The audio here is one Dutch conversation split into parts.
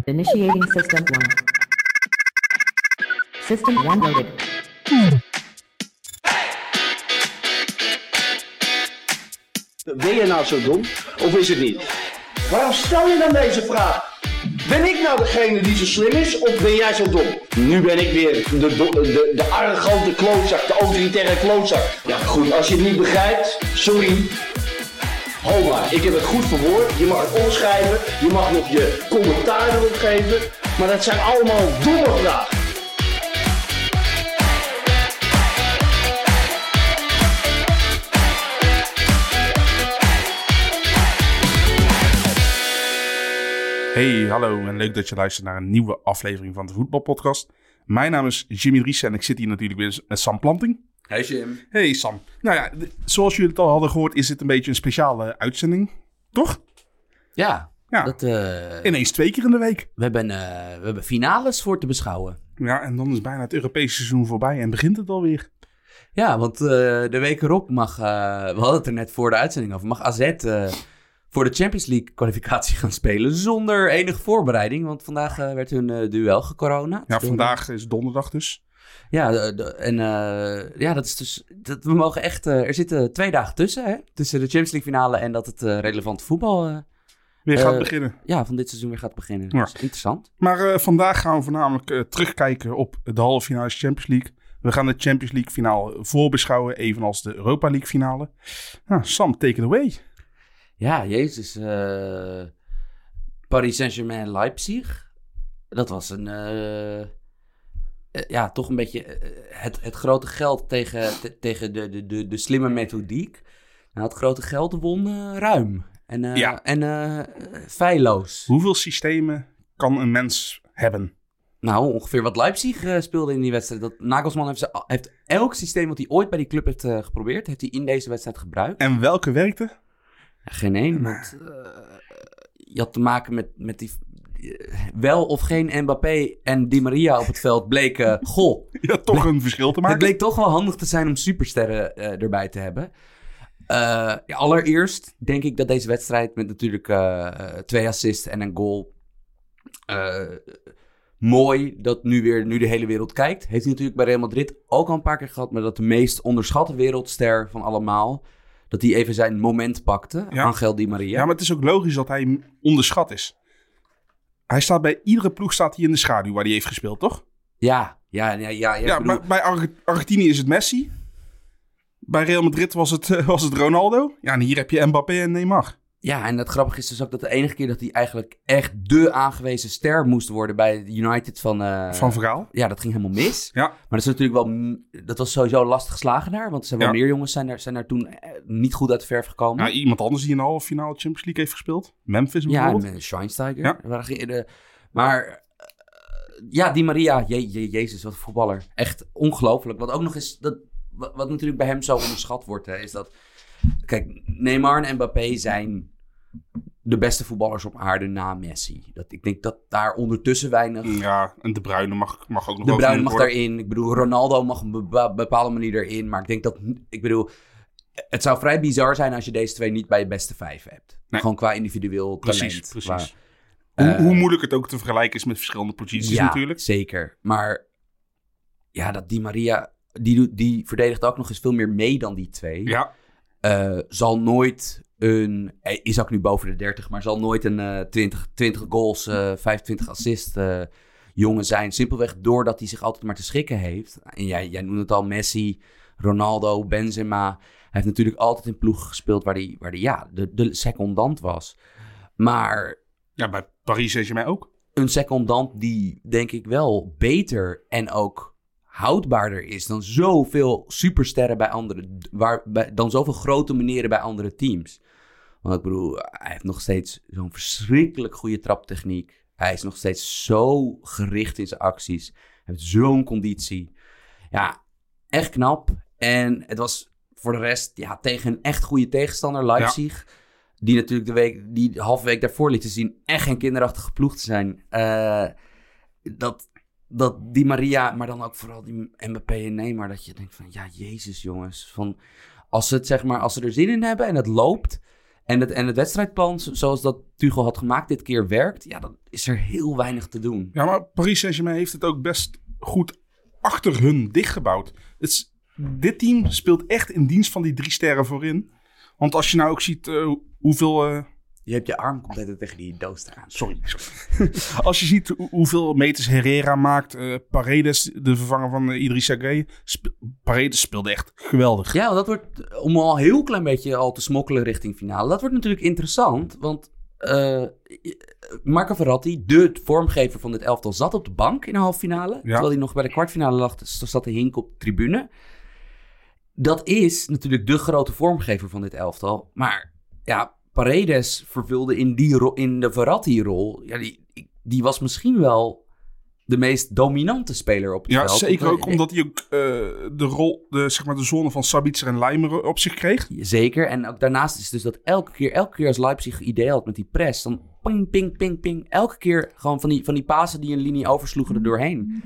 Initiating System 1. System 1 loaded. Ben je nou zo dom of is het niet? Waarom stel je dan deze vraag? Ben ik nou degene die zo slim is of ben jij zo dom? Nu ben ik weer de arrogante klootzak, de autoritaire klootzak. Ja goed, als je het niet begrijpt, sorry. Ho maar, ik heb het goed verwoord. Je mag het omschrijven, je mag nog je commentaar erop geven. Maar dat zijn allemaal domme vragen. Hey, hallo en leuk dat je luistert naar een nieuwe aflevering van de Voetbalpodcast. Mijn naam is Jimmy Driessen en ik zit hier natuurlijk weer met Sam Planting. Hey Jim. Hey Sam. Nou ja, zoals jullie het al hadden gehoord is dit een beetje een speciale uitzending, toch? Ja. Ineens 2 keer in de week. We hebben finales voor te beschouwen. Ja, en dan is bijna het Europese seizoen voorbij en begint het alweer. Ja, want de week erop mag, we hadden het er net voor de uitzending over, mag AZ voor de Champions League kwalificatie gaan spelen zonder enige voorbereiding. Want vandaag werd hun duel gecorona. Ja, vandaag is donderdag dus. Ja, dat is dus, we mogen echt, er zitten 2 dagen tussen, hè? Tussen de Champions League finale en dat het relevante voetbal Weer gaat beginnen. Ja, van dit seizoen weer gaat beginnen. Ja. Dat is interessant. Maar vandaag gaan we voornamelijk terugkijken op de halve finale Champions League. We gaan de Champions League finale voorbeschouwen, evenals de Europa League finale. Nou, Sam, take it away. Ja, jezus. Paris Saint-Germain Leipzig. Dat was een... toch een beetje het grote geld tegen de slimme methodiek. Nou, het grote geld won ruim. En feilloos. Hoeveel systemen kan een mens hebben? Nou, ongeveer wat Leipzig speelde in die wedstrijd. Nagelsman heeft elk systeem wat hij ooit bij die club heeft geprobeerd, heeft hij in deze wedstrijd gebruikt. En welke werkte? Ja, geen één. Want je had te maken met die... wel of geen Mbappé en Di Maria op het veld bleken... Een verschil te maken. Het bleek toch wel handig te zijn om supersterren erbij te hebben. Allereerst denk ik dat deze wedstrijd met natuurlijk 2 assists en een goal... mooi dat nu de hele wereld kijkt. Heeft hij natuurlijk bij Real Madrid ook al een paar keer gehad... maar dat de meest onderschatte wereldster van allemaal... dat hij even zijn moment pakte, Angel Di Maria. Ja, maar het is ook logisch dat hij onderschat is. Hij staat bij iedere ploeg in de schaduw waar hij heeft gespeeld, toch? Ja. Bij Argentinië is het Messi. Bij Real Madrid was het Ronaldo. Ja, en hier heb je Mbappé en Neymar. Ja, en het grappige is dus ook dat de enige keer dat hij eigenlijk echt de aangewezen ster moest worden bij United van Vergaal. Ja, dat ging helemaal mis. Ja. Maar dat is natuurlijk dat was sowieso lastig geslagen daar. Want er zijn wel meer jongens zijn daar toen niet goed uit de verf gekomen. Ja, iemand anders die in de halve finale Champions League heeft gespeeld. Memphis bijvoorbeeld. Ja, en Schweinsteiger. Ja. Maar Di Maria, jezus, wat een voetballer. Echt ongelooflijk. Wat ook nog is, wat natuurlijk bij hem zo onderschat wordt, hè, is dat... Kijk, Neymar en Mbappé zijn de beste voetballers op aarde na Messi. Ik denk dat daar ondertussen weinig... Ja, en De Bruyne mag ook nog... De Bruyne mag daarin. Ik bedoel, Ronaldo mag op een bepaalde manier erin. Maar ik denk dat... Het zou vrij bizar zijn als je deze 2 niet bij je beste 5 hebt. Nee. Gewoon qua individueel talent. Precies. Hoe moeilijk het ook te vergelijken is met verschillende posities natuurlijk. Ja, zeker. Maar ja, dat Di Maria... Die verdedigt ook nog eens veel meer mee dan die 2. Ja. Zal nooit is ook nu boven de 30, maar zal nooit een 20 goals, 25 assists jongen zijn. Simpelweg doordat hij zich altijd maar te schikken heeft. En jij noemde het al, Messi, Ronaldo, Benzema. Hij heeft natuurlijk altijd in ploegen gespeeld waar hij de secondant was. Maar... Ja, bij Paris Saint-Germain ook. Een secondant die denk ik wel beter en ook... houdbaarder is dan zoveel supersterren bij anderen, dan zoveel grote meneren bij andere teams. Want ik bedoel, hij heeft nog steeds zo'n verschrikkelijk goede traptechniek. Hij is nog steeds zo gericht in zijn acties. Hij heeft zo'n conditie. Ja, echt knap. En het was voor de rest tegen een echt goede tegenstander, Leipzig. Ja. Die natuurlijk die halve week daarvoor lieten zien echt geen kinderachtige ploeg te zijn. Dat Di Maria, maar dan ook vooral die Mbappé en Neymar, dat je denkt van, ja, jezus jongens. Als ze er zin in hebben en het loopt En het wedstrijdplan, zoals dat Tuchel had gemaakt, dit keer werkt. Ja, dan is er heel weinig te doen. Ja, maar Paris Saint-Germain heeft het ook best goed achter hun dichtgebouwd. Dit team speelt echt in dienst van die 3 sterren voorin. Want als je nou ook ziet hoeveel... Je hebt je arm compleet tegen die doos aan. Sorry. Als je ziet hoeveel meters Herrera maakt. Paredes, de vervanger van Idrissa Gueye. Paredes speelde echt geweldig. Ja, dat wordt, om al een heel klein beetje al te smokkelen richting finale. Dat wordt natuurlijk interessant. Want Marco Verratti, de vormgever van dit elftal, zat op de bank in de halve finale. Terwijl hij nog bij de kwartfinale lag, zat de Hink op de tribune. Dat is natuurlijk de grote vormgever van dit elftal. Maar ja, Paredes vervulde in de Verratti-rol. Ja, die was misschien wel de meest dominante speler op het veld. Ja, zeker ook omdat hij ook de zone van Sabitzer en Leimer op zich kreeg. Zeker. En ook daarnaast is dus dat elke keer als Leipzig idee had met die press, dan ping, ping, ping, ping. Elke keer gewoon van die pasen die een linie oversloegen er doorheen.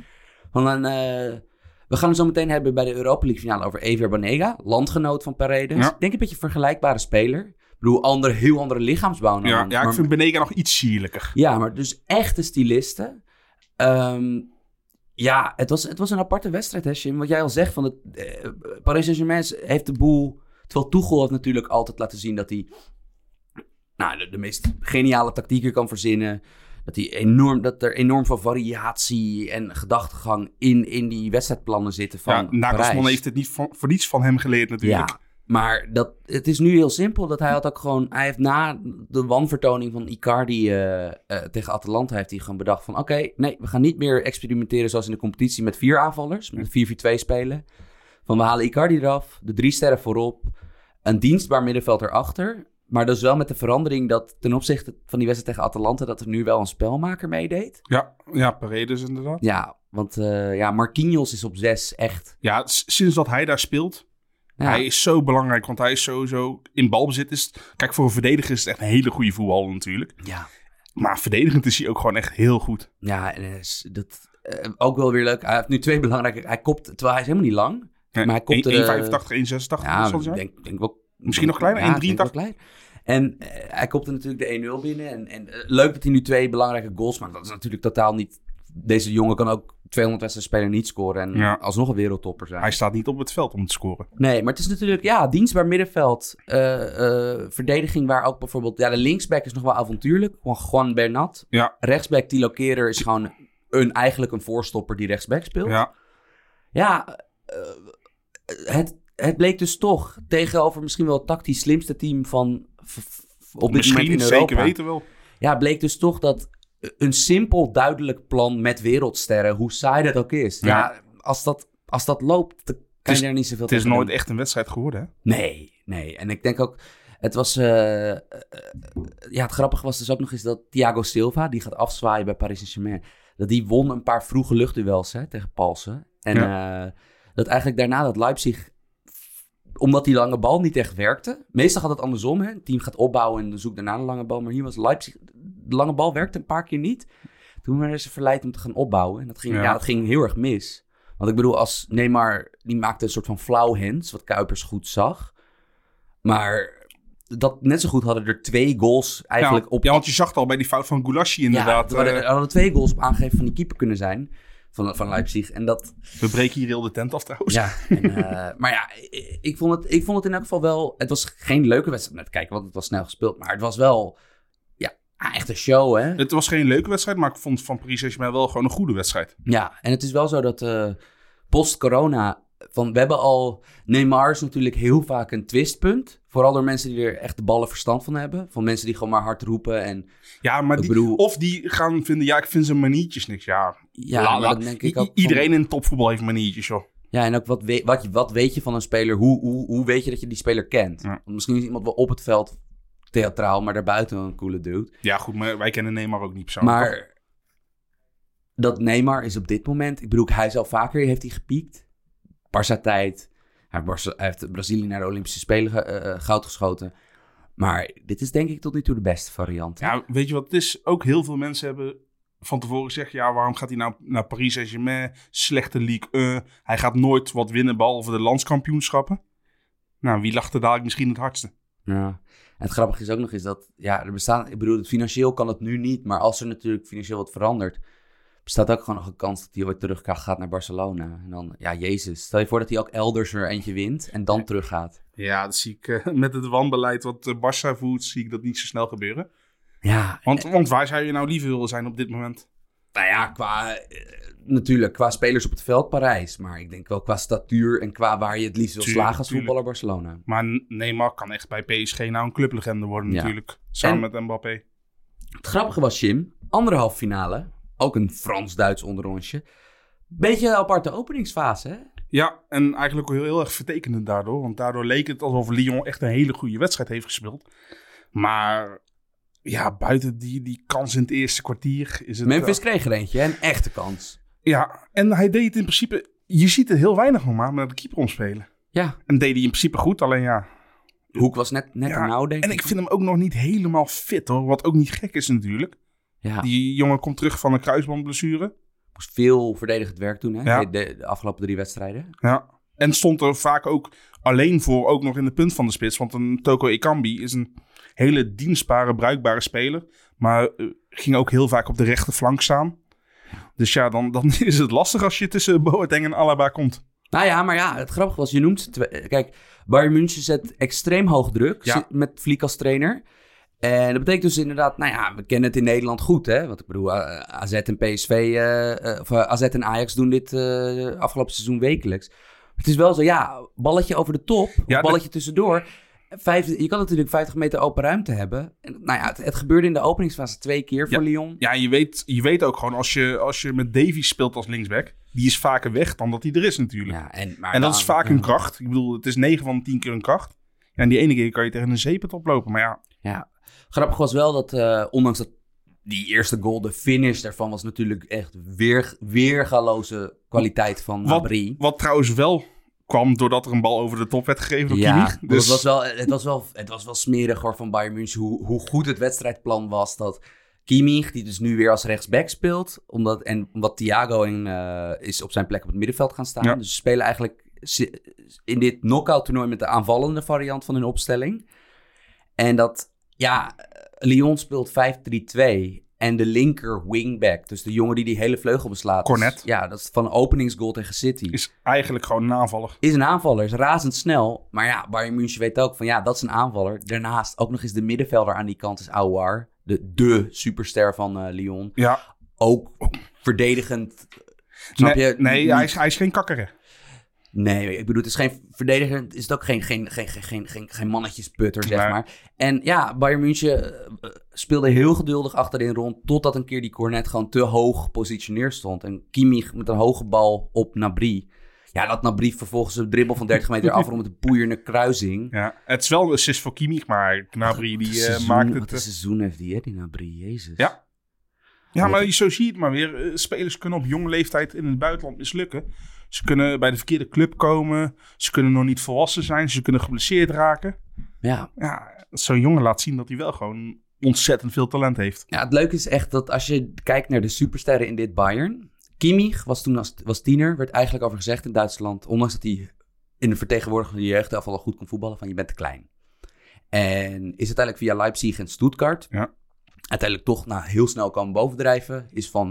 We gaan het zo meteen hebben bij de Europa League finale over Ever Banega, landgenoot van Paredes. Ja. Ik denk een beetje een vergelijkbare speler. Ik bedoel, heel andere lichaamsbouw. Ik vind Banega nog iets sierlijker. Ja, maar dus echte stylisten. Het was een aparte wedstrijd, hè, Jim. Wat jij al zegt, Paris Saint-Germain heeft de boel... Terwijl Tuchel heeft natuurlijk altijd laten zien dat hij de meest geniale tactieken kan verzinnen. Dat er enorm veel variatie en gedachtegang in die wedstrijdplannen zitten van Nagelsmann heeft het niet voor niets van hem geleerd natuurlijk. Ja, maar het is nu heel simpel. Hij heeft na de wanvertoning van Icardi tegen Atalanta heeft hij gewoon bedacht van oké, nee, we gaan niet meer experimenteren zoals in de competitie met 4 aanvallers, met 4-4-2 spelen. Van we halen Icardi eraf, de 3 sterren voorop, een dienstbaar middenveld erachter. Maar dus wel met de verandering dat ten opzichte van die wedstrijd tegen Atalanta, dat er nu wel een spelmaker meedeed. Ja, Paredes inderdaad. Ja, want Marquinhos is op 6 echt. Ja, sinds dat hij daar speelt. Ja. Hij is zo belangrijk, want hij is sowieso in balbezit. Kijk, voor een verdediger is het echt een hele goede voetballer natuurlijk. Ja. Maar verdedigend is hij ook gewoon echt heel goed. Ja, en dat ook wel weer leuk. Hij heeft nu 2 belangrijke... Hij kopt, terwijl hij is helemaal niet lang. Nee, maar hij kopt 1,85, 1,86. Ja, ik denk wel... Misschien nog kleiner, 1,83. En hij kopte natuurlijk de 1-0 binnen. En leuk dat hij nu 2 belangrijke goals maakt. Dat is natuurlijk totaal niet... Deze jongen kan ook 200 wedstrijden spelen niet scoren. En alsnog een wereldtopper zijn. Hij staat niet op het veld om te scoren. Nee, maar het is natuurlijk dienstbaar middenveld. Verdediging waar ook bijvoorbeeld... Ja, de linksback is nog wel avontuurlijk. Juan Bernat. Ja. Rechtsback Thilo Kehrer is gewoon eigenlijk een voorstopper die rechtsback speelt. Ja, het bleek dus toch tegenover misschien wel het tactisch slimste team van op dit moment in Europa. Zeker weten wel. Ja, bleek dus toch dat een simpel, duidelijk plan met wereldsterren, hoe saai dat ook is. Ja, als dat loopt, dan kan je er niet zoveel tegen doen. Het is nooit echt een wedstrijd geworden, hè? Nee. En ik denk ook, het was... het grappige was dus ook nog eens dat Thiago Silva, die gaat afzwaaien bij Paris Saint-Germain, dat die won een paar vroege luchtduels tegen Paulsen. En dat eigenlijk daarna dat Leipzig, omdat die lange bal niet echt werkte. Meestal gaat het andersom. Hè? Het team gaat opbouwen en zoekt daarna de lange bal. Maar hier was Leipzig, de lange bal werkte een paar keer niet. Toen werden ze verleid om te gaan opbouwen. En dat ging heel erg mis. Want ik bedoel, als Neymar, die maakte een soort van flauw hands, wat Kuipers goed zag. Maar dat net zo goed hadden er 2 goals eigenlijk op... Ja, want je zag het al bij die fout van Goulassi inderdaad. Ja, er hadden 2 goals op aangegeven van die keeper kunnen zijn. Van Leipzig. En dat... We breken hier heel de tent af trouwens. Ja, maar ja, ik vond het in elk geval wel... Het was geen leuke wedstrijd om te kijken, want het was snel gespeeld. Maar het was wel echt een show, hè? Het was geen leuke wedstrijd, maar ik vond van Paris Saint-Germain wel gewoon een goede wedstrijd. Ja, en het is wel zo dat post-corona... we hebben al... Neymar is natuurlijk heel vaak een twistpunt. Vooral door mensen die er echt de ballen verstand van hebben. Van mensen die gewoon maar hard roepen en... Ja, maar of die gaan vinden... ik vind zijn maniertjes niks. Ja, dan denk ik ook iedereen in topvoetbal heeft maniertjes, joh. Ja, en ook wat weet je van een speler? Hoe weet je dat je die speler kent? Ja. Want misschien is iemand wel op het veld theatraal, maar daarbuiten een coole dude. Ja, goed, maar wij kennen Neymar ook niet persoonlijk. Maar dat Neymar is op dit moment... Ik bedoel, hij is al vaker heeft hij gepiekt. Barça-tijd. Hij heeft Brazilië naar de Olympische Spelen goud geschoten. Maar dit is denk ik tot nu toe de beste variant. Ja, weet je wat het is? Ook heel veel mensen hebben van tevoren gezegd... waarom gaat hij nou naar Paris Saint-Germain? Slechte Ligue 1. Hij gaat nooit wat winnen behalve de landskampioenschappen. Nou, wie lacht er dadelijk misschien het hardste? Ja. En het grappige is ook nog eens dat, ja, er bestaat, ik bedoel, financieel kan het nu niet, maar als er natuurlijk financieel wat verandert, bestaat ook gewoon nog een kans dat hij ooit terug gaat naar Barcelona. En dan, ja, Jezus, stel je voor dat hij ook elders er eentje wint en dan teruggaat. Ja, dat zie ik met het wanbeleid wat Barça voert, zie ik dat niet zo snel gebeuren. Ja. Want waar zou je nou liever willen zijn op dit moment? Nou ja, natuurlijk, qua spelers op het veld Parijs. Maar ik denk wel qua statuur en qua waar je het liefst wil slagen als voetballer Barcelona. Maar Neymar kan echt bij PSG nou een clublegende worden natuurlijk. Samen met Mbappé. Het grappige was, Jim, andere halve finale. Ook een Frans-Duits onderrondje. Beetje een aparte openingsfase, hè? Ja, en eigenlijk ook heel erg vertekend daardoor. Want daardoor leek het alsof Lyon echt een hele goede wedstrijd heeft gespeeld. Maar ja, buiten die kans in het eerste kwartier is het... Memphis kreeg er eentje, een echte kans. Ja, en hij deed het in principe... Je ziet het heel weinig nog maar met de keeper omspelen. Ja. En deed hij in principe goed, alleen ja... Hoek was net er nou, denk ik. En ik vind hem ook nog niet helemaal fit, hoor. Wat ook niet gek is natuurlijk. Ja. Die jongen komt terug van een kruisbandblessure. Moest veel verdedigend werk doen, hè? Ja. De afgelopen 3 wedstrijden. Ja. En stond er vaak ook alleen voor, ook nog in de punt van de spits. Want een Toko Ekambi is een hele dienstbare, bruikbare speler. Maar ging ook heel vaak op de rechterflank staan. Dus ja, dan is het lastig als je tussen Boateng en Alaba komt. Nou ja, maar ja, het grappige was, je noemt ze kijk, Bayern München zet extreem hoog druk met Flick als trainer. En dat betekent dus inderdaad, nou ja, we kennen het in Nederland goed, hè. Want ik bedoel, AZ en PSV, of AZ en Ajax doen dit afgelopen seizoen wekelijks. Het is wel zo, ja, balletje over de top, balletje tussendoor. Je kan natuurlijk 50 meter open ruimte hebben. En, nou ja, het gebeurde in de openingsfase 2 keer voor Lyon. Ja, je weet ook gewoon, als je met Davies speelt als linksback, die is vaker weg dan dat hij er is natuurlijk. Ja, en dat is vaak hun kracht. Ik bedoel, het is 9 van de 10 keer een kracht. Ja, en die ene keer kan je tegen een zeepet oplopen, maar ja. Ja, grappig was wel dat, ondanks dat die eerste goal, de finish daarvan was natuurlijk echt weergaloze kwaliteit van Gnabry. Wat trouwens wel kwam doordat er een bal over de top werd gegeven door Kimmich. Dus het was wel smerig hoor van Bayern München hoe goed het wedstrijdplan was. Dat Kimmich, die dus nu weer als rechtsback speelt, omdat Thiago is op zijn plek op het middenveld gaan staan. Ja. Dus ze spelen eigenlijk in dit knockout toernooi met de aanvallende variant van hun opstelling. En dat, ja, Lyon speelt 5-3-2. En de linker wingback, dus de jongen die hele vleugel beslaat. Cornet. Ja, dat is van een openingsgoal tegen City. Is eigenlijk gewoon een aanvaller. Is een aanvaller, is razendsnel. Maar ja, Bayern München weet ook van ja, dat is een aanvaller. Daarnaast ook nog eens de middenvelder aan die kant is Aouar. De superster van Lyon. Ja. Ook verdedigend. Snap je? Nee, hij is geen kakkeren. Nee, ik bedoel, het is geen verdediger. Het is ook geen mannetjesputter, zeg maar. En ja, Bayern München speelde heel geduldig achterin rond, totdat een keer die Cornet gewoon te hoog gepositioneerd stond. En Kimmich met een hoge bal op Gnabry. Ja, dat Gnabry vervolgens een dribbel van 30 meter afrondt met een poeierde kruising. Ja, het is wel een assist voor Kimmich, maar Gnabry maakt het... Wat een seizoen heeft die Gnabry, jezus. Ja, maar zo zie je het maar weer. Spelers kunnen op jonge leeftijd in het buitenland mislukken. Ze kunnen bij de verkeerde club komen. Ze kunnen nog niet volwassen zijn. Ze kunnen geblesseerd raken. Ja, zo'n jongen laat zien dat hij wel gewoon ontzettend veel talent heeft. Ja, het leuke is echt dat als je kijkt naar de supersterren in dit Bayern. Kimmich was toen was tiener, werd eigenlijk over gezegd in Duitsland. Ondanks dat hij in de vertegenwoordigende jeugdelftal al goed kon voetballen, van je bent te klein. En is uiteindelijk via Leipzig en Stuttgart... Ja. Uiteindelijk toch heel snel komen bovendrijven.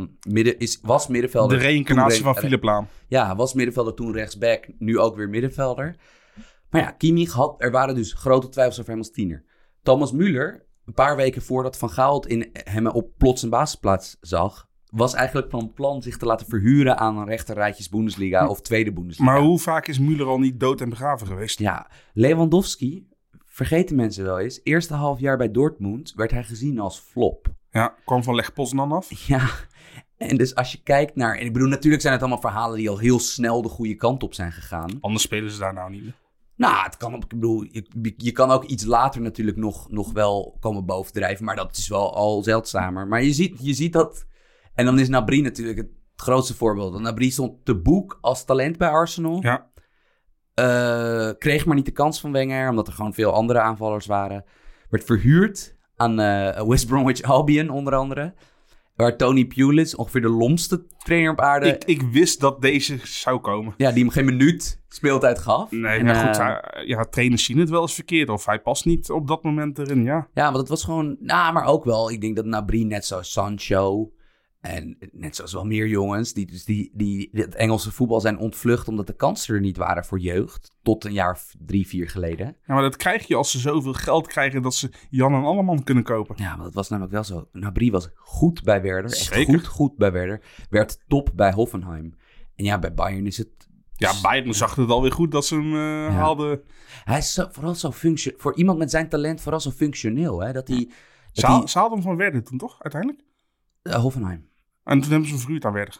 Was middenvelder. De reïncarnatie van Philipp Lahm. Ja, was middenvelder toen rechtsback. Nu ook weer middenvelder. Maar ja, Kimmich er waren dus grote twijfels over hem als tiener. Thomas Müller, een paar weken voordat Van Gaal hem op plots een basisplaats zag, was eigenlijk van plan zich te laten verhuren aan een rechterrijtjes Bundesliga of tweede Bundesliga. Maar hoe vaak is Müller al niet dood en begraven geweest? Ja, Lewandowski... Vergeten mensen wel eens. Eerste half jaar bij Dortmund werd hij gezien als flop. Ja, kwam van Lech Poznan af. Ja, en dus als je kijkt naar... En ik bedoel, natuurlijk zijn het allemaal verhalen die al heel snel de goede kant op zijn gegaan. Anders spelen ze daar nou niet meer. Nou, het kan, ik bedoel, je kan ook iets later natuurlijk nog wel komen bovendrijven. Maar dat is wel al zeldzamer. Maar je ziet dat... En dan is Gnabry natuurlijk het grootste voorbeeld. Want Gnabry stond te boek als talent bij Arsenal. Ja. Kreeg maar niet de kans van Wenger, omdat er gewoon veel andere aanvallers waren. Werd verhuurd aan West Bromwich Albion, onder andere. Waar Tony Pulis, ongeveer de lomste trainer op aarde... Ik wist dat deze zou komen. Ja, die hem geen minuut speeltijd gaf. Nee, En, maar goed, trainers zien het wel eens verkeerd. Of hij past niet op dat moment erin, ja. Ja, want het was gewoon... Nou, maar ook wel. Ik denk dat Gnabry, net zoals Sancho... En net zoals wel meer jongens... die het Engelse voetbal zijn ontvlucht... omdat de kansen er niet waren voor jeugd. Tot een jaar 3-4 geleden. Ja, maar dat krijg je als ze zoveel geld krijgen... dat ze Jan en Alleman kunnen kopen. Ja, maar dat was namelijk wel zo. Gnabry was goed bij Werder. Echt Zeker. goed bij Werder. Werd top bij Hoffenheim. En ja, bij Bayern is het... Ja, Bayern zag het alweer goed dat ze hem haalden. Hij is vooral zo functioneel. Voor iemand met zijn talent vooral zo functioneel. Hè? Ze haalden hem van Werder toen, toch? Uiteindelijk? Hoffenheim. En toen hebben ze hem verhuurd aan Werder.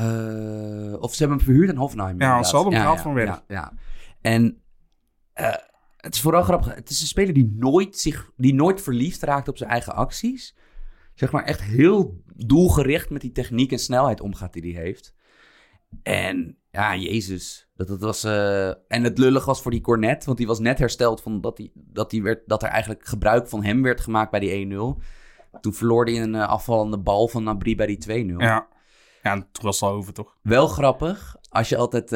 Of ze hebben hem verhuurd aan Hoffenheim. Ja, ze hadden hem gehaald van Werder. Ja. En het is vooral grappig. Het is een speler die nooit verliefd raakt op zijn eigen acties. Zeg maar echt heel doelgericht met die techniek en snelheid omgaat die hij heeft. En ja, jezus. Dat was, en het lullig was voor die Cornet. Want die was net hersteld van dat er eigenlijk gebruik van hem werd gemaakt bij die 1-0. Toen verloor hij een afvallende bal van Gnabry bij die 2-0. Ja, en toen was het al over, toch? Wel grappig. Als je altijd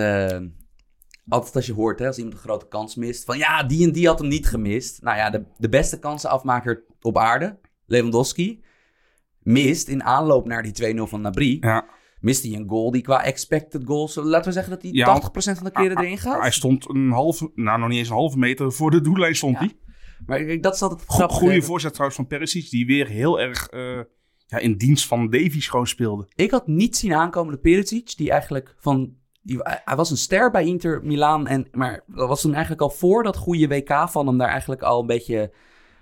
als je hoort, hè, als iemand een grote kans mist. Van ja, die en die had hem niet gemist. Nou ja, de beste kansenafmaker op aarde, Lewandowski, mist in aanloop naar die 2-0 van Gnabry. Ja. Mist hij een goal die qua expected goals... Laten we zeggen dat hij 80% van de keren erin gaat. Hij stond nog niet eens een halve meter voor de doellijn stond hij. Maar dat is altijd grappig. Goede voorzet trouwens van Perisic, die weer heel erg in dienst van Davies gewoon speelde. Ik had niet zien aankomen dat Perisic, die eigenlijk hij was een ster bij Inter Milaan, maar dat was toen eigenlijk al voor dat goede WK van hem daar eigenlijk al een beetje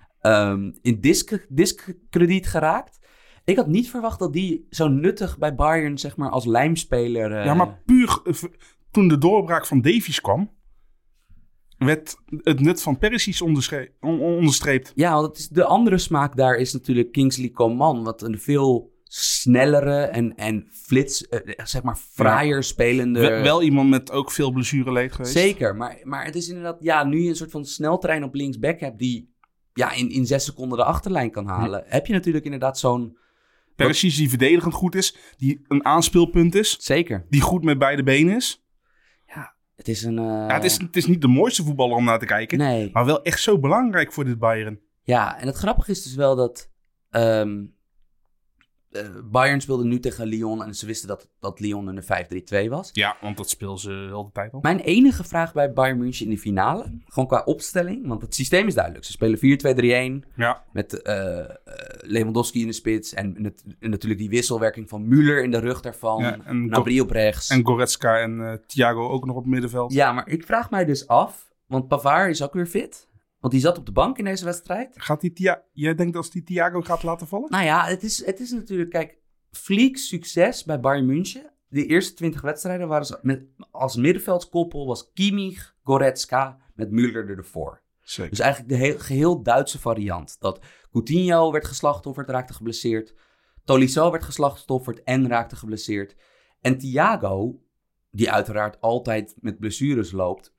in discrediet geraakt. Ik had niet verwacht dat die zo nuttig bij Bayern, zeg maar, als lijmspeler... Ja, maar puur toen de doorbraak van Davies kwam, werd het nut van Perisic onderstreept. Ja, want de andere smaak daar is natuurlijk Kingsley Coman, wat een veel snellere en zeg maar fraaier spelende... Wel iemand met ook veel blessureleed geweest. Zeker, maar het is inderdaad... nu je een soort van sneltrein op linksback hebt die in 6 seconden de achterlijn kan halen, heb je natuurlijk inderdaad zo'n... Perisic die verdedigend goed is, die een aanspeelpunt is. Zeker. Die goed met beide benen is. Ja, het is een... Ja, het is niet de mooiste voetballer om naar te kijken. Nee. Maar wel echt zo belangrijk voor dit Bayern. Ja, en het grappige is dus wel dat... Bayern speelde nu tegen Lyon en ze wisten dat Lyon een 5-3-2 was. Ja, want dat speelden ze al de tijd al. Mijn enige vraag bij Bayern München in de finale, gewoon qua opstelling, want het systeem is duidelijk. Ze spelen 4-2-3-1 met Lewandowski in de spits en natuurlijk die wisselwerking van Müller in de rug daarvan, Gnabry op rechts. En Goretzka en Thiago ook nog op het middenveld. Ja, maar ik vraag mij dus af, want Pavard is ook weer fit. Want die zat op de bank in deze wedstrijd. Jij denkt als die Thiago gaat laten vallen? Nou ja, het is natuurlijk... Kijk, Flick's succes bij Bayern München. De eerste 20 wedstrijden waren ze als middenveldskoppel was Kimmich, Goretzka met Müller ervoor. Zeker. Dus eigenlijk de geheel Duitse variant. Dat Coutinho werd geslachtofferd, raakte geblesseerd. Tolisso werd geslachtofferd en raakte geblesseerd. En Thiago, die uiteraard altijd met blessures loopt...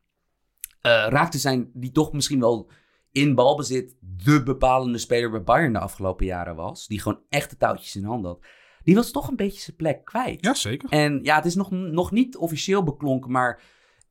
die toch misschien wel in balbezit de bepalende speler bij Bayern de afgelopen jaren was. Die gewoon echt de touwtjes in handen had. Die was toch een beetje zijn plek kwijt. Ja, zeker. En ja, het is nog niet officieel beklonken, maar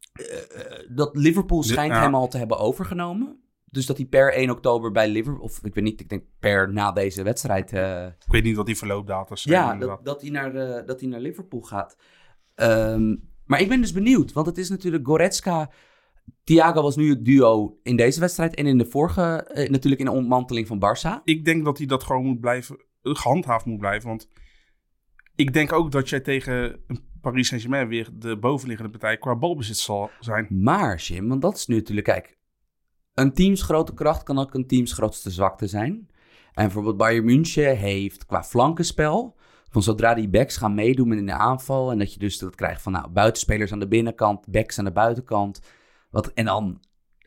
dat Liverpool schijnt hem al te hebben overgenomen. Dus dat hij per 1 oktober bij Liverpool, of ik weet niet, ik denk per na deze wedstrijd. Ik weet niet wat die verloopdata's zijn. Ja, dat hij naar Liverpool gaat. Maar ik ben dus benieuwd, want het is natuurlijk Goretzka... Thiago was nu het duo in deze wedstrijd en in de vorige, natuurlijk in de ontmanteling van Barça. Ik denk dat hij dat gewoon gehandhaafd moet blijven. Want ik denk ook dat jij tegen een Paris Saint-Germain weer de bovenliggende partij qua balbezit zal zijn. Maar Jim, want dat is nu natuurlijk, kijk, een teams grote kracht kan ook een teams grootste zwakte zijn. En bijvoorbeeld Bayern München heeft qua flankenspel, van zodra die backs gaan meedoen in de aanval en dat je dus dat krijgt van buitenspelers aan de binnenkant, backs aan de buitenkant... En dan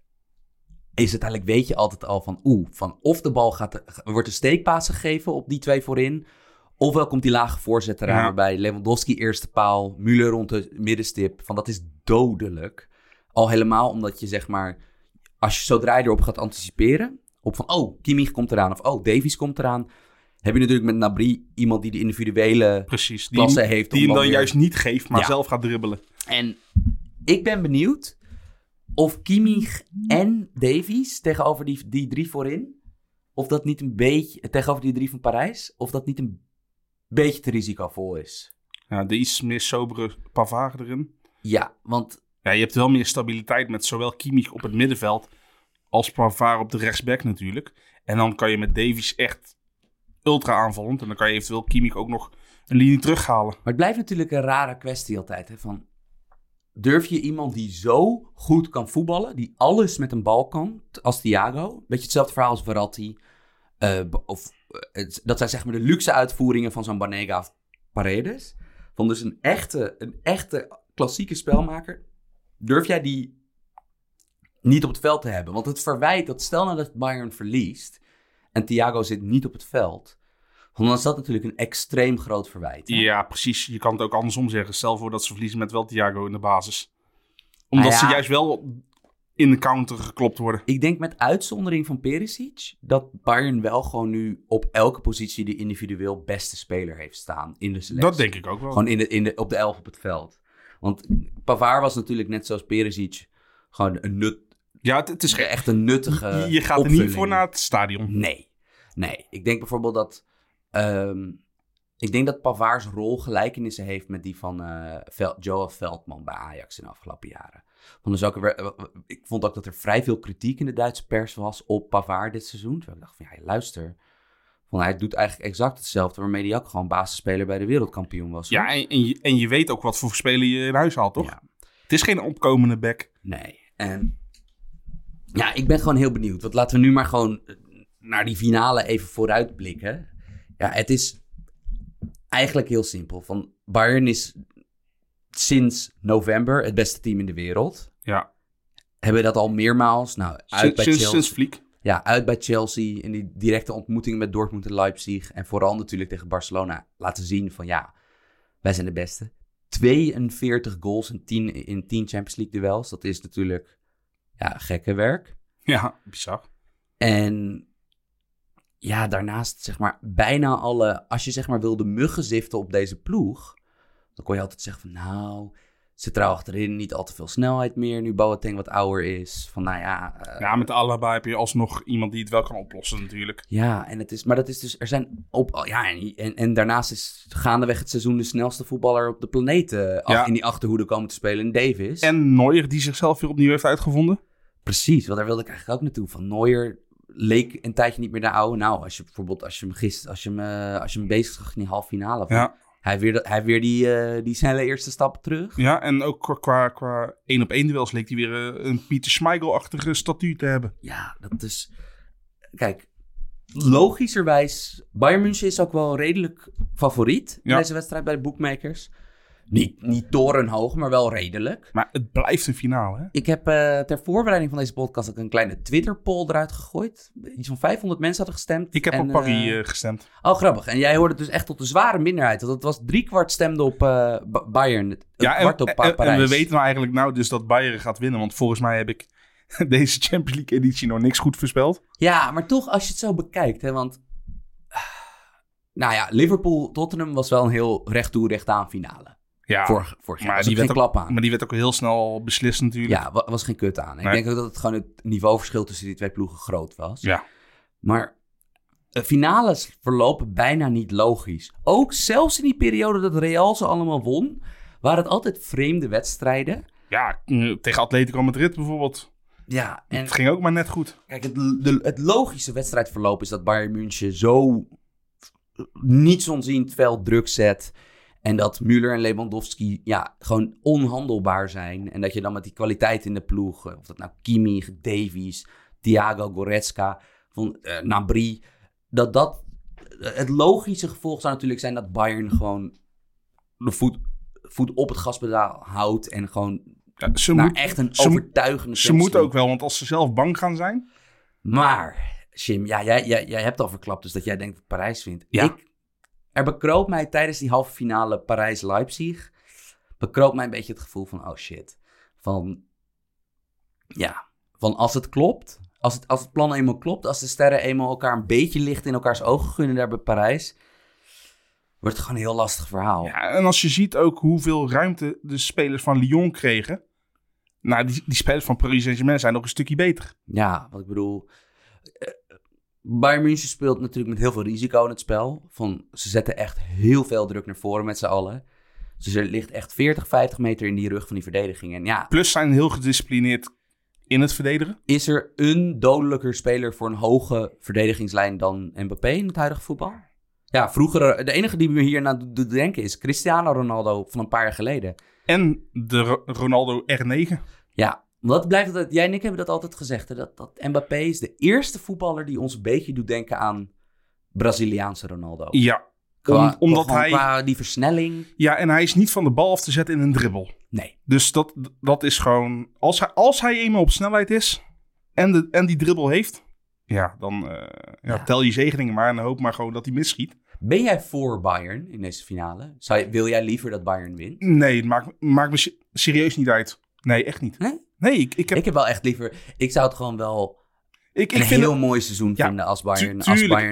is het eigenlijk, weet je altijd al van of de bal wordt een steekpaas gegeven op die 2 voorin, ofwel komt die lage voorzet eraan waarbij Lewandowski eerste paal, Müller rond de middenstip, dat is dodelijk. Al helemaal omdat je zeg maar, zodra je erop gaat anticiperen, op Kimmich komt eraan of Davies komt eraan, heb je natuurlijk met Gnabry iemand die de individuele klasse heeft. Die hem dan juist niet geeft, maar Ja. zelf gaat dribbelen. En ik ben benieuwd of Kimmich en Davies tegenover die 3 voorin, of dat niet een beetje, tegenover die 3 van Parijs, of dat niet een beetje te risicovol is. Ja, de iets meer sobere Pavard erin. Ja, want Ja, je hebt wel meer stabiliteit met zowel Kimmich op het middenveld als Pavard op de rechtsback natuurlijk. En dan kan je met Davies echt ultra aanvallend. En dan kan je eventueel Kimmich ook nog een linie terughalen. Maar het blijft natuurlijk een rare kwestie altijd. Hè? Van, durf je iemand die zo goed kan voetballen, die alles met een bal kan, als Thiago? Beetje hetzelfde verhaal als Verratti. Dat zijn zeg maar de luxe uitvoeringen van zo'n Banega of Paredes. Van dus een echte klassieke spelmaker. Durf jij die niet op het veld te hebben? Want het verwijt dat stel nou dat Bayern verliest en Thiago zit niet op het veld, dan is dat natuurlijk een extreem groot verwijt. Hè? Ja, precies. Je kan het ook andersom zeggen. Stel voor dat ze verliezen met wel Thiago in de basis. Omdat ze juist wel in de counter geklopt worden. Ik denk met uitzondering van Perisic dat Bayern wel gewoon nu op elke positie de individueel beste speler heeft staan in de selectie. Dat denk ik ook wel. Gewoon op de 11 op het veld. Want Pavard was natuurlijk net zoals Perisic gewoon een nut. Ja, het is Echt een nuttige Je gaat er opvulling. niet voor naar het stadion. Nee. Ik denk bijvoorbeeld dat Pavard's rol gelijkenissen heeft met die van Joel Veldman bij Ajax in de afgelopen jaren. Ik vond ook dat er vrij veel kritiek in de Duitse pers was op Pavard dit seizoen. Terwijl ik dacht van, ja, luister. Van, hij doet eigenlijk exact hetzelfde waarmee hij ook gewoon basisspeler bij de wereldkampioen was. Ja, en je weet ook wat voor speler je in huis haalt, toch? Ja. Het is geen opkomende back. Nee. En ja, ik ben gewoon heel benieuwd. Want laten we nu maar gewoon naar die finale even vooruitblikken. Ja, het is eigenlijk heel simpel. Van Bayern is sinds november het beste team in de wereld. Ja. Hebben we dat al meermaals? Nou, uit bij Chelsea. Sinds Fliek. Ja, uit bij Chelsea in die directe ontmoeting met Dortmund en Leipzig. En vooral natuurlijk tegen Barcelona laten zien van ja, wij zijn de beste. 42 goals in 10 Champions League duels. Dat is natuurlijk gekke werk. Ja, bizar. En ja, daarnaast zeg maar bijna alle, als je zeg maar wilde muggen ziften op deze ploeg, dan kon je altijd zeggen van nou, zit er achterin niet al te veel snelheid meer, nu Boateng wat ouder is. Van nou ja. Ja, met Alaba heb je alsnog iemand die het wel kan oplossen natuurlijk. Ja, maar dat is dus, er zijn en daarnaast is gaandeweg het seizoen de snelste voetballer op de planeet in die achterhoede komen te spelen in Davis. En Neuer die zichzelf weer opnieuw heeft uitgevonden. Precies, want daar wilde ik eigenlijk ook naartoe. Van Neuer leek een tijdje niet meer naar oude. Nou, als je hem bezig zag in die halve finale. Ja. Hij heeft weer die snelle eerste stappen terug. Ja, en ook qua 1-op-1 duels leek hij weer een Pieter Schmeichel-achtige statuur te hebben. Ja, dat is... Kijk, logischerwijs... Bayern München is ook wel redelijk favoriet in deze wedstrijd bij de bookmakers. Niet torenhoog, maar wel redelijk. Maar het blijft een finale, hè? Ik heb ter voorbereiding van deze podcast ook een kleine Twitter-poll eruit gegooid. Iets van 500 mensen hadden gestemd. Ik heb op Paris gestemd. Oh, grappig. En jij hoorde dus echt tot de zware minderheid. Want het was 3/4 stemde op Bayern. Kwart op Parijs. En we weten nou eigenlijk dus dat Bayern gaat winnen. Want volgens mij heb ik deze Champions League editie nog niks goed voorspeld. Ja, maar toch als je het zo bekijkt. Hè, want nou ja, Liverpool-Tottenham was wel een heel recht toe, recht aan finale. Ja, vorig jaar. Maar die werd klap aan. Maar die werd ook heel snel beslist natuurlijk. Ja, was geen kut aan. Nee. Ik denk ook dat het gewoon het niveauverschil tussen die twee ploegen groot was. Ja. Maar finales verlopen bijna niet logisch. Ook zelfs in die periode dat Real ze allemaal won, waren het altijd vreemde wedstrijden. Ja, tegen Atletico Madrid bijvoorbeeld. Ja, en het ging ook maar net goed. Kijk, het logische wedstrijdverloop is dat Bayern München zo niets onziend veld druk zet. En dat Müller en Lewandowski gewoon onhandelbaar zijn. En dat je dan met die kwaliteit in de ploeg, of dat nou Kimmich, Davies, Thiago, Goretzka, Gnabry, dat het logische gevolg zou natuurlijk zijn dat Bayern gewoon de voet op het gaspedaal houdt en gewoon echt een overtuigende... Ze moeten ook wel, want als ze zelf bang gaan zijn... Maar, Jim, jij hebt al verklapt dus dat jij denkt dat Parijs wint. Ja. Er bekroop mij tijdens die halve finale Parijs-Leipzig, bekroop mij een beetje het gevoel van, oh shit. Van als het klopt, Als het plan eenmaal klopt, als de sterren eenmaal elkaar een beetje licht in elkaars ogen gunnen daar bij Parijs, wordt het gewoon een heel lastig verhaal. Ja, en als je ziet ook hoeveel ruimte de spelers van Lyon kregen. Nou, die spelers van Paris Saint-Germain zijn nog een stukje beter. Ja, wat ik bedoel, Bayern München speelt natuurlijk met heel veel risico in het spel. Ze zetten echt heel veel druk naar voren met z'n allen. Dus er ligt echt 40, 50 meter in die rug van die verdediging. En ja, Plus zijn heel gedisciplineerd in het verdedigen. is er een dodelijker speler voor een hoge verdedigingslijn dan Mbappé in het huidige voetbal? Ja, vroeger, de enige die me hier aan doet denken is Cristiano Ronaldo van een paar jaar geleden. En de Ronaldo R9. Ja, wat blijft altijd, jij en ik hebben dat altijd gezegd. Hè? Dat Mbappé is de eerste voetballer die ons een beetje doet denken aan Braziliaanse Ronaldo. Ja, Omdat qua die versnelling. Ja, en hij is niet van de bal af te zetten in een dribbel. Nee. Dus dat is gewoon... Als hij eenmaal op snelheid is en die dribbel heeft... Ja, dan tel je zegeningen maar en hoop maar gewoon dat hij misschiet. Ben jij voor Bayern in deze finale? Wil jij liever dat Bayern wint? Nee, het maakt me serieus niet uit. Nee, echt niet. Nee, ik heb wel echt liever... Ik zou het gewoon wel een heel mooi seizoen vinden als Bayern,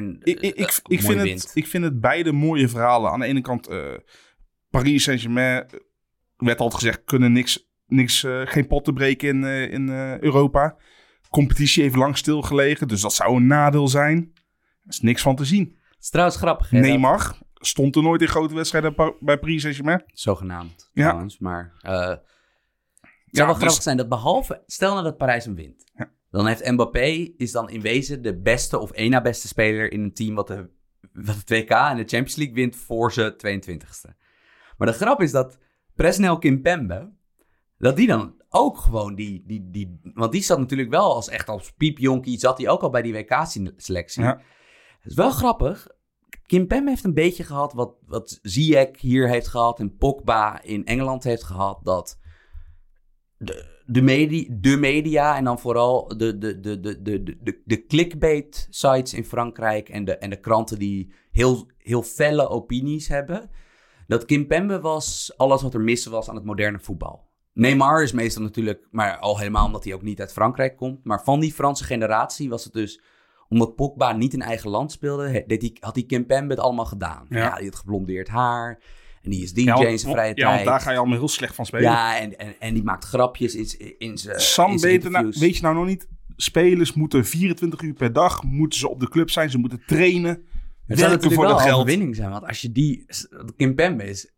wint. Ik vind het beide mooie verhalen. Aan de ene kant, Paris Saint-Germain, werd altijd gezegd, kunnen geen potten breken in Europa. Competitie heeft lang stilgelegen, dus dat zou een nadeel zijn. Er is niks van te zien. Het is trouwens grappig. Hè, Neymar stond er nooit in grote wedstrijden bij Paris Saint-Germain. Zogenaamd, ja. Trouwens. Maar het zou wel grappig zijn dat behalve... Stel nou dat Parijs hem wint. Ja. Dan heeft Mbappé is dan in wezen de beste of één na beste speler in een team wat het WK en de Champions League wint voor zijn 22e. Maar de grap is dat Presnel Kimpembe, dat die dan ook gewoon want die zat natuurlijk wel als piepjonkie, zat hij ook al bij die WK-selectie. Ja. Het is wel grappig. Kimpembe heeft een beetje gehad wat Ziyech hier heeft gehad en Pogba in Engeland heeft gehad, dat de media en dan vooral de clickbait sites in Frankrijk en de kranten die heel felle opinies hebben, dat Kimpembe was alles wat er mis was aan het moderne voetbal. Neymar is meestal natuurlijk, maar al helemaal omdat hij ook niet uit Frankrijk komt. Maar van die Franse generatie was het dus, omdat Pogba niet in eigen land speelde, had die Kimpembe het allemaal gedaan. Ja, die had geblondeerd haar en die is DJ in zijn vrije tijd. Ja, want daar ga je allemaal heel slecht van spelen. Ja, en die maakt grapjes in zijn Sam, weet je nou nog niet, spelers moeten 24 uur per dag moeten ze op de club zijn, ze moeten trainen. Het zou natuurlijk wel een overwinning zijn, want als je Kimpembe is,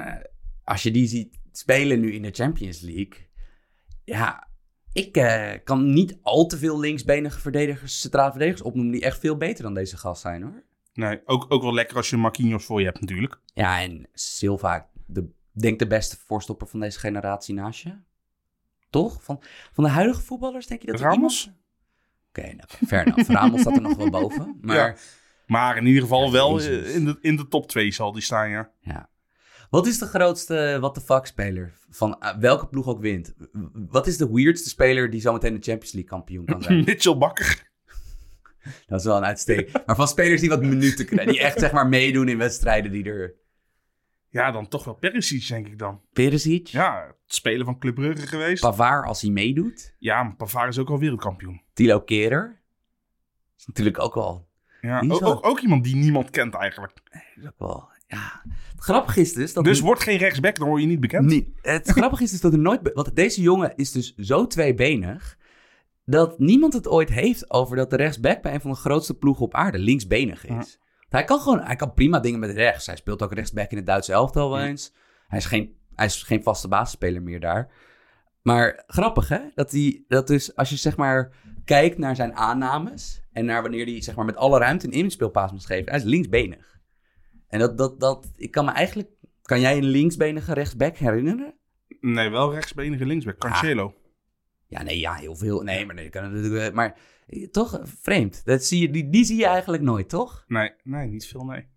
als je die ziet spelen nu in de Champions League. Ja, ik kan niet al te veel linksbenige centrale verdedigers opnoemen die echt veel beter dan deze gast zijn, hoor. Nee, ook wel lekker als je Marquinhos voor je hebt natuurlijk. Ja, en Silva, denk de beste voorstopper van deze generatie naast je. Toch? Van de huidige voetballers denk je dat Ramos? Oké, nou, fair enough. Ramos staat er nog wel boven. Maar, ja, maar in ieder geval wel in de top 2 zal die staan, ja. Ja. Wat is de grootste what the fuck speler van welke ploeg ook wint? Wat is de weirdste speler die zometeen de Champions League kampioen kan zijn? Mitchell Bakker. Dat is wel een uitstekend. Maar van spelers die wat minuten krijgen, die echt zeg maar meedoen in wedstrijden die er... Ja, dan toch wel Perisic, denk ik dan. Perisic? Ja, het spelen van Club Brugge geweest. Pavard als hij meedoet. Ja, maar Pavard is ook al wereldkampioen. Thilo Kehrer. Is natuurlijk ook wel... Ja, ook iemand die niemand kent eigenlijk. Is ook wel... Ja, het grappige is dus... Dus wordt geen rechtsback, dan word je niet bekend. Nee, het grappige is dus dat er nooit... Want deze jongen is dus zo tweebenig, dat niemand het ooit heeft over dat de rechtsback bij een van de grootste ploegen op aarde linksbenig is. Ja. Hij kan prima dingen met rechts. Hij speelt ook rechtsback in het Duitse elftal wel eens. Hij is geen vaste basisspeler meer daar. Maar grappig, hè? Dat dus, als je zeg maar kijkt naar zijn aannames en naar wanneer hij zeg maar met alle ruimte een inspeelpaas moet geven, hij is linksbenig. En ik kan me eigenlijk... Kan jij een linksbenige rechtsback herinneren? Nee, wel rechtsbenige linksback. Cancelo. Ja, heel veel. Nee, maar nee, kan het natuurlijk... Maar toch vreemd. Die zie je eigenlijk nooit, toch? Nee, niet veel, nee.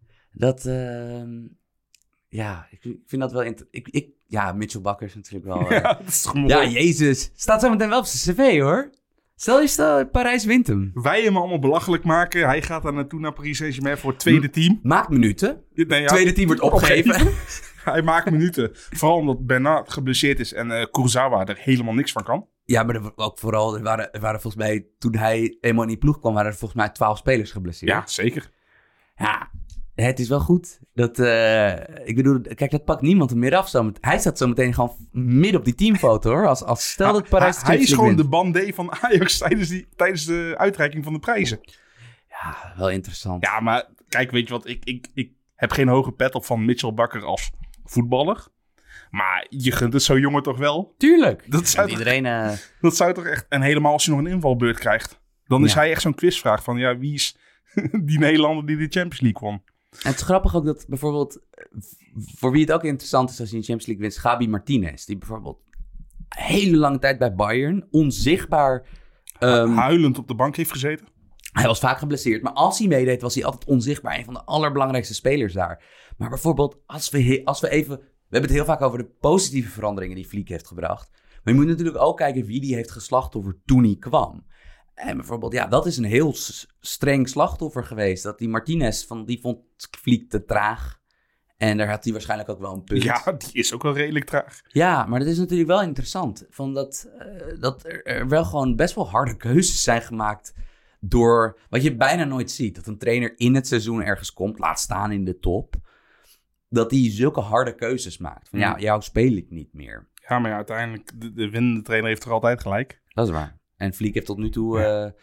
Ik vind dat wel... Mitchell Bakker is natuurlijk wel... Ja, dat is toch mooi. Ja, jezus. Staat zo meteen wel op zijn cv, hoor. Stel, Parijs wint hem. Wij hem allemaal belachelijk maken. Hij gaat daar naartoe naar Paris Saint-Germain voor het tweede team. Maakt minuten. Tweede team wordt opgegeven. Hij maakt minuten. Vooral omdat Bernat geblesseerd is en Kurzawa er helemaal niks van kan. Ja, maar ook vooral, er waren volgens mij, toen hij eenmaal in die ploeg kwam, waren er volgens mij 12 spelers geblesseerd. Ja, zeker. Ja, het is wel goed. Ik bedoel, kijk, dat pakt niemand meer af. Hij staat zo meteen gewoon midden op die teamfoto, hoor. Als stel dat Parijs Hij is gewoon wint. de bandé van Ajax tijdens de uitreiking van de prijzen. Ja, wel interessant. Ja, maar kijk, weet je wat? Ik heb geen hoge pet op van Mitchell Bakker als voetballer. Maar je gunt het zo'n jongen toch wel? Tuurlijk. Dat zou Iedereen... Dat zou toch echt... En helemaal als hij nog een invalbeurt krijgt. Dan is hij echt zo'n quizvraag van... Ja, wie is die Nederlander die de Champions League won? En het is grappig ook dat bijvoorbeeld... Voor wie het ook interessant is als je een Champions League wint... Gabi Martinez. Die bijvoorbeeld een hele lange tijd bij Bayern... onzichtbaar... Huilend op de bank heeft gezeten. Hij was vaak geblesseerd. Maar als hij meedeed was hij altijd onzichtbaar. Een van de allerbelangrijkste spelers daar. Maar bijvoorbeeld als we even... We hebben het heel vaak over de positieve veranderingen die Flick heeft gebracht. Maar je moet natuurlijk ook kijken wie die heeft geslachtoffer toen hij kwam. En bijvoorbeeld, ja, dat is een heel streng slachtoffer geweest. Dat die Martinez, die vond Flick te traag. En daar had hij waarschijnlijk ook wel een punt. Ja, die is ook wel redelijk traag. Ja, maar dat is natuurlijk wel interessant. Dat er wel gewoon best wel harde keuzes zijn gemaakt door... Wat je bijna nooit ziet. Dat een trainer in het seizoen ergens komt, laat staan in de top... Dat hij zulke harde keuzes maakt. Van ja, jou speel ik niet meer. Ja, maar ja, uiteindelijk, de winnende trainer heeft toch altijd gelijk? Dat is waar. En Flick heeft tot nu toe...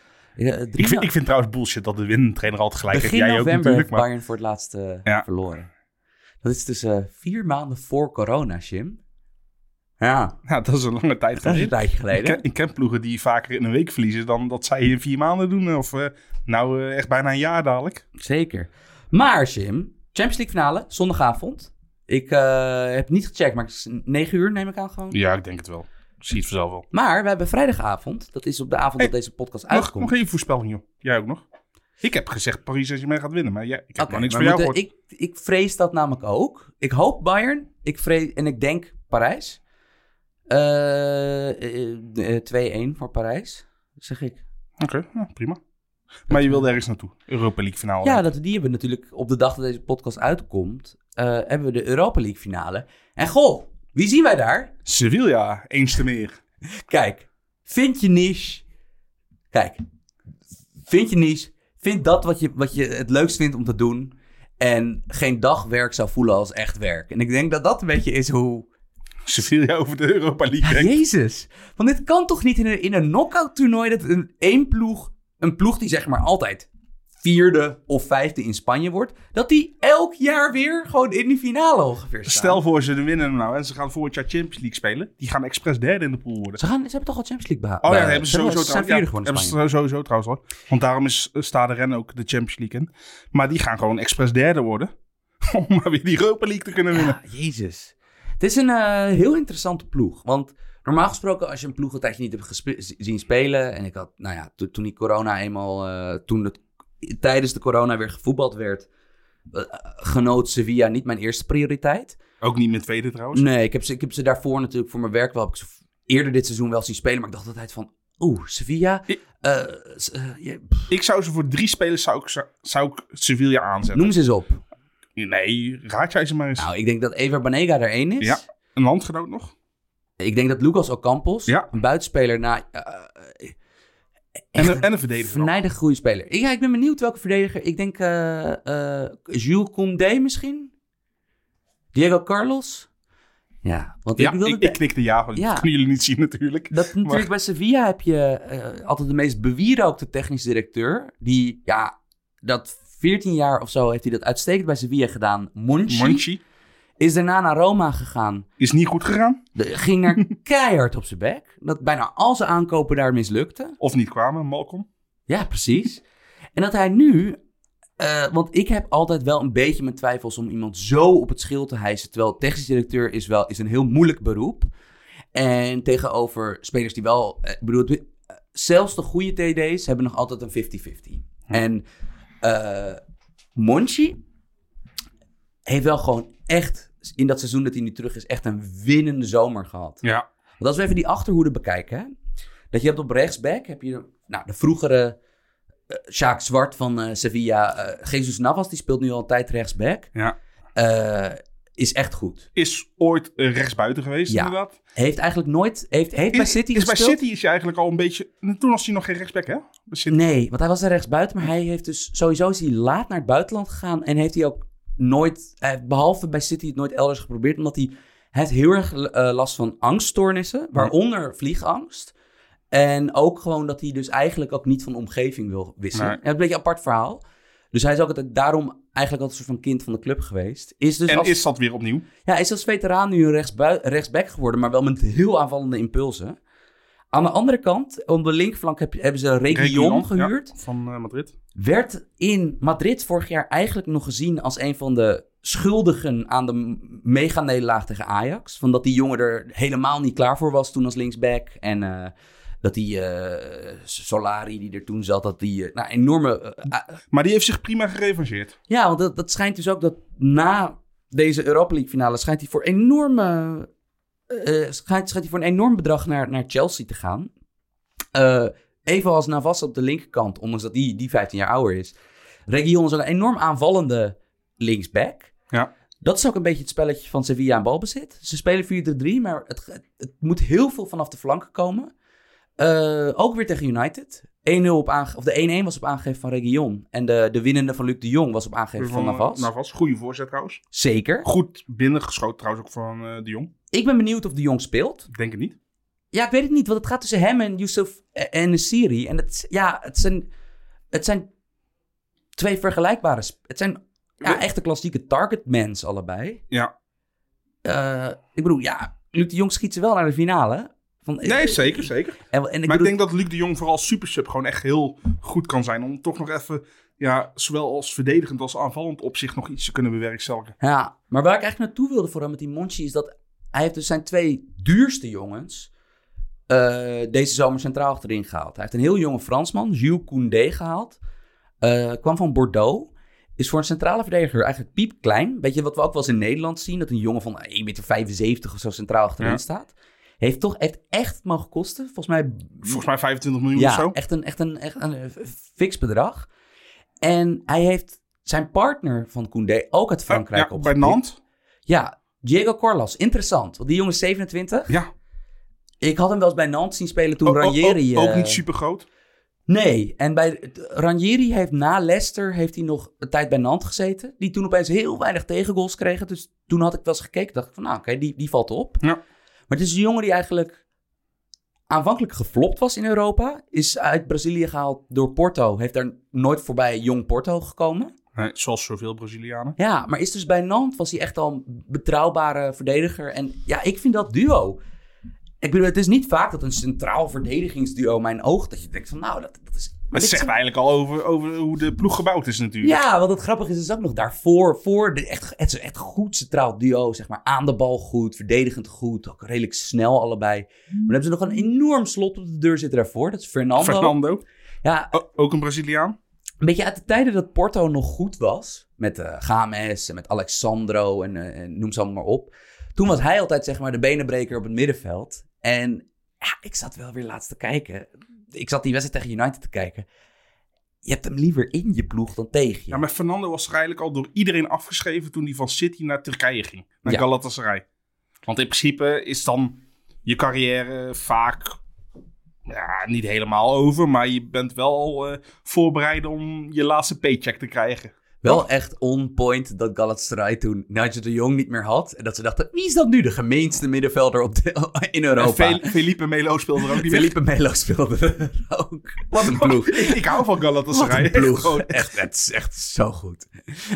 Ik vind trouwens bullshit dat de winnende trainer altijd gelijk heeft. Begin Jij ook november natuurlijk. heeft Bayern voor het laatst verloren. Dat is dus 4 maanden voor corona, Jim. Ja. Ja, dat is een lange tijd Dat is een geleden. tijdje geleden. Ik ken ploegen die vaker in een week verliezen dan dat zij in 4 maanden doen. Of echt bijna een jaar dadelijk. Zeker. Maar Jim, Champions League finale, zondagavond. Ik heb niet gecheckt, maar het is 9 uur neem ik aan gewoon. Ja, ik denk het wel. Ik zie het vanzelf wel. Maar we hebben vrijdagavond. Dat is op de avond dat deze podcast uitkomt. Nog even voorspelling, joh. Jij ook nog? Ik heb gezegd Paris Saint-Germain gaat winnen, maar ik heb nog niks maar van jou gehoord. Ik vrees dat namelijk ook. Ik hoop Bayern. Ik denk Parijs. 2-1 voor Parijs, zeg ik. Oké, prima. Maar je wilde ergens naartoe. Europa League finale. Ja, die hebben we natuurlijk op de dag dat deze podcast uitkomt. Hebben we de Europa League finale. En goh, wie zien wij daar? Sevilla, eens te meer. Kijk, vind je niche. Vind dat wat je het leukst vindt om te doen. En geen dagwerk zou voelen als echt werk. En ik denk dat dat een beetje is hoe... Sevilla over de Europa League. Ja, Jezus. Want dit kan toch niet in een knock-out toernooi dat een ploeg die zeg maar altijd 4e of 5e in Spanje wordt, dat die elk jaar weer gewoon in die finale ongeveer staan. Stel voor ze winnen nou en ze gaan volgend jaar Champions League spelen. Die gaan expres derde in de pool worden. Ze hebben toch al Champions League behaald? Oh ja, dat hebben ze sowieso Ze zijn trouwens. 4e geworden in Hebben Spanje. ze sowieso trouwens al. Want daarom is Stade Rennes ook de Champions League in. Maar die gaan gewoon expres derde worden. Om maar weer die Europa League te kunnen winnen. Ja, Jezus. Het is een heel interessante ploeg. Want normaal gesproken, als je een ploeg een tijdje niet hebt zien spelen. En ik had, toen die corona eenmaal. Tijdens de corona weer gevoetbald werd. Genoot Sevilla niet mijn eerste prioriteit. Ook niet met tweede trouwens. Nee, ik heb ze daarvoor natuurlijk voor mijn werk wel. Heb ik ze eerder dit seizoen wel zien spelen. Maar ik dacht altijd van. Sevilla. Ik zou ze voor 3 spelers zou ik Sevilla aanzetten. Noem ze eens op. Nee, raad jij ze maar eens. Nou, ik denk dat Ever Banega er 1 is. Ja, een landgenoot nog. Ik denk dat Lucas Ocampos, een buitenspeler, En een verdediger. Verneidig goede speler. Ik ben benieuwd welke verdediger. Ik denk Jules Koundé misschien? Diego Carlos? Ja, want ik knikte ja, want dat kunnen jullie niet zien natuurlijk. Natuurlijk bij Sevilla heb je altijd de meest bewierookte technisch directeur. Die, dat 14 jaar of zo heeft hij dat uitstekend bij Sevilla gedaan. Monchi. Is daarna naar Roma gegaan. Is niet goed gegaan. Ging naar keihard op zijn bek. Dat bijna al zijn aankopen daar mislukten. Of niet kwamen, Malcolm. Ja, precies. En dat hij nu... want ik heb altijd wel een beetje mijn twijfels om iemand zo op het schild te hijsen. Terwijl technisch directeur is een heel moeilijk beroep. En tegenover spelers die wel... zelfs de goede TD's hebben nog altijd een 50-50. En Monchi heeft wel gewoon echt... in dat seizoen dat hij nu terug is, echt een winnende zomer gehad. Ja. Want als we even die achterhoede bekijken... Hè, dat je hebt op rechtsback... heb je de vroegere Sjaak Zwart van Sevilla... Jesus Navas, die speelt nu al een tijd rechtsback. Ja. is echt goed. Is ooit rechtsbuiten geweest, inderdaad. Heeft eigenlijk nooit... Heeft bij City gespeeld. Bij City is hij eigenlijk al een beetje... Toen was hij nog geen rechtsback, hè? Bij City. Nee, want hij was er rechtsbuiten. Maar hij heeft dus... Sowieso is hij laat naar het buitenland gegaan. En heeft hij ook nooit... behalve bij City het nooit elders geprobeerd. Omdat hij heeft heel erg last van angststoornissen. Waaronder vliegangst. En ook gewoon dat hij dus eigenlijk ook niet van de omgeving wil wisselen. Nee. Een beetje een apart verhaal. Dus hij is ook daarom eigenlijk altijd een soort van kind van de club geweest. Is dat weer opnieuw? Ja, is als veteraan nu een rechtsback geworden, maar wel met heel aanvallende impulsen. Aan de andere kant, op de linkerflank hebben ze Reguilón gehuurd. Ja, van Madrid. Werd in Madrid vorig jaar eigenlijk nog gezien als een van de schuldigen aan de mega-nederlaag tegen Ajax. Van dat die jongen er helemaal niet klaar voor was toen als linksback. En... dat die Solari die er toen zat, dat die enorme... maar die heeft zich prima gerevancheerd. Ja, want dat schijnt dus ook dat na deze Europa League finale schijnt hij voor enorme... schijnt hij voor een enorm bedrag naar Chelsea te gaan. Evenals Navas op de linkerkant, ondanks dat die 15 jaar ouder is. Reguilón is ook een enorm aanvallende linksback. Ja. Dat is ook een beetje het spelletje van Sevilla en balbezit. Ze spelen 4-3, maar het moet heel veel vanaf de flanken komen. Ook weer tegen United. 1-0 de 1-1 was op aangegeven van Reguilón. En de winnende van Luc de Jong was op aangegeven van Navas. Goede voorzet trouwens. Zeker. Goed binnengeschoten trouwens ook van de Jong. Ik ben benieuwd of de Jong speelt. Denk het niet. Ja, ik weet het niet. Want het gaat tussen hem en Yusuf en Nesiri. En het zijn twee vergelijkbare... Het zijn echte klassieke targetmans allebei. Ja. Ik bedoel, Luc de Jong schiet ze wel naar de finale... Nee, zeker. Maar ik denk dat Luc de Jong vooral supersub gewoon echt heel goed kan zijn. Om toch nog even, zowel als verdedigend als aanvallend op zich nog iets te kunnen bewerkstelligen. Ja, maar waar ik eigenlijk naartoe wilde voor hem met die Monchi is dat hij heeft dus zijn 2 duurste jongens deze zomer centraal achterin gehaald. Hij heeft een heel jonge Fransman, Jules Koundé, gehaald. Kwam van Bordeaux. Is voor een centrale verdediger eigenlijk piepklein. Weet je wat we ook wel eens in Nederland zien? Dat een jongen van 1,75 meter of zo centraal achterin staat. Heeft echt mogen kosten. Volgens mij 25 miljoen of zo. Echt een fix bedrag. En hij heeft zijn partner van Koundé ook uit Frankrijk opgepikt. Bij Nantes? Ja, Diego Corlas. Interessant. Want die jongen is 27. Ja. Ik had hem wel eens bij Nantes zien spelen toen Ranieri... Ook niet super groot? Nee. En bij Ranieri heeft na Leicester heeft hij nog een tijd bij Nantes gezeten. Die toen opeens heel weinig tegengoals kregen. Dus toen had ik wel eens gekeken. Dacht ik van oké, die valt op. Ja. Maar het is een jongen die eigenlijk aanvankelijk geflopt was in Europa. Is uit Brazilië gehaald door Porto. Heeft daar nooit voorbij jong Porto gekomen. Nee, zoals zoveel Brazilianen. Ja, maar is dus bij Nantes was hij echt al een betrouwbare verdediger. En ja, ik vind dat duo. Ik bedoel, het is niet vaak dat een centraal verdedigingsduo mijn oog... dat je denkt van dat is... Het zegt eigenlijk al over hoe de ploeg gebouwd is natuurlijk. Ja, want het grappige is dus ook nog daarvoor... Het is echt goed centraal duo, zeg maar. Aan de bal goed, verdedigend goed. Ook redelijk snel allebei. Maar dan hebben ze nog een enorm slot op de deur zitten daarvoor. Dat is Fernando. Ja, ook een Braziliaan. Een beetje uit de tijden dat Porto nog goed was. Met Games en met Alexandro en noem ze allemaal maar op. Toen was hij altijd zeg maar de benenbreker op het middenveld. En ik zat wel weer laatst te kijken. Ik zat die wedstrijd tegen United te kijken. Je hebt hem liever in je ploeg dan tegen je. Ja, maar Fernando was er eigenlijk al door iedereen afgeschreven toen hij van City naar Turkije ging. Naar Galatasaray. Want in principe is dan je carrière vaak niet helemaal over. Maar je bent wel voorbereid om je laatste paycheck te krijgen. Wel echt on point dat Galatasaray toen Nigel de Jong niet meer had. En dat ze dachten, wie is dat nu de gemeenste middenvelder in Europa? Felipe Melo speelde er ook niet meer. Felipe Melo speelde er ook. Wat een ploeg. Ik hou van Galatasaray. Wat een ploeg. Het is echt zo goed.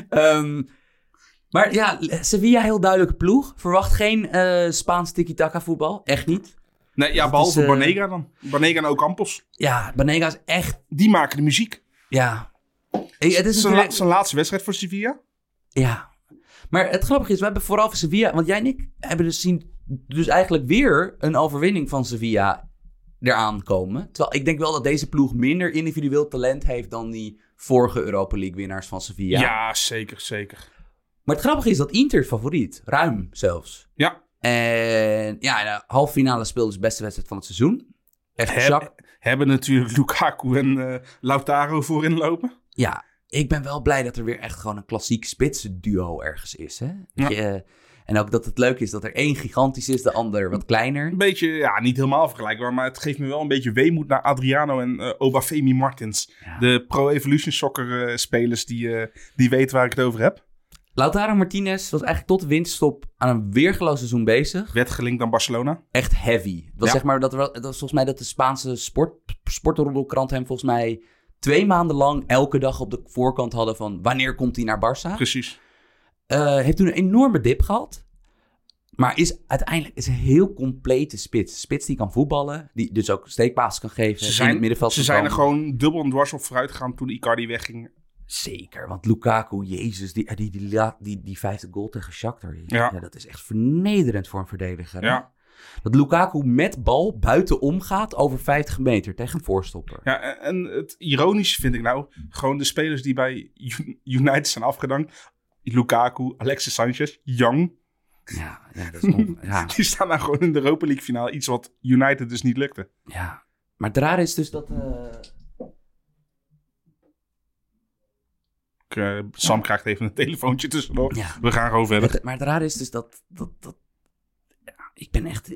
Maar ja, Sevilla heel duidelijke ploeg. Verwacht geen Spaans tiki-taka voetbal. Echt niet. Nee, ja, behalve Banega dan. Banega en Ocampos. Ja, Banega is echt... Die maken de muziek. Ja. Het is zijn laatste wedstrijd voor Sevilla. Ja. Maar het grappige is, we hebben vooral voor Sevilla... Want jij en ik hebben dus eigenlijk weer een overwinning van Sevilla eraan komen. Terwijl ik denk wel dat deze ploeg minder individueel talent heeft dan die vorige Europa League winnaars van Sevilla. Ja, zeker. Maar het grappige is dat Inter favoriet. Ruim zelfs. Ja. En ja, de halve finale speelde de beste wedstrijd van het seizoen. Echt hebben natuurlijk Lukaku en Lautaro voorin lopen. Ja, ik ben wel blij dat er weer echt gewoon een klassiek spitsenduo ergens is. Hè? Ja. En ook dat het leuk is dat er één gigantisch is, de ander wat kleiner. Een beetje, niet helemaal vergelijkbaar, maar het geeft me wel een beetje weemoed naar Adriano en Obafemi Martins. Ja. De Pro Evolution Soccer spelers die weten waar ik het over heb. Lautaro Martinez was eigenlijk tot de winterstop aan een weergeloos seizoen bezig. Werd gelinkt aan Barcelona. Echt heavy. Het was zeg maar dat was volgens mij dat de Spaanse sportroddelkrant hem volgens mij 2 maanden lang elke dag op de voorkant hadden van wanneer komt hij naar Barça. Precies. Heeft toen een enorme dip gehad. Maar is uiteindelijk een heel complete spits. Spits die kan voetballen. Die dus ook steekpaas kan geven. In het middenveld. Ze zijn er gewoon dubbel en dwars op vooruit gegaan toen Icardi wegging. Zeker, want Lukaku, jezus, die 5e goal tegen Shakhtar. Ja, dat is echt vernederend voor een verdediger. Ja. Dat Lukaku met bal buitenom gaat over 50 meter tegen een voorstopper. Ja, en het ironische vind ik nou, gewoon de spelers die bij United zijn afgedankt. Lukaku, Alexis Sanchez, Young. Ja, dat is Die staan nou gewoon in de Europa League finale. Iets wat United dus niet lukte. Ja, maar het raar is dus dat... Sam krijgt even een telefoontje tussendoor. Ja. We gaan gewoon verder. Maar het raar is dus dat ik ben echt...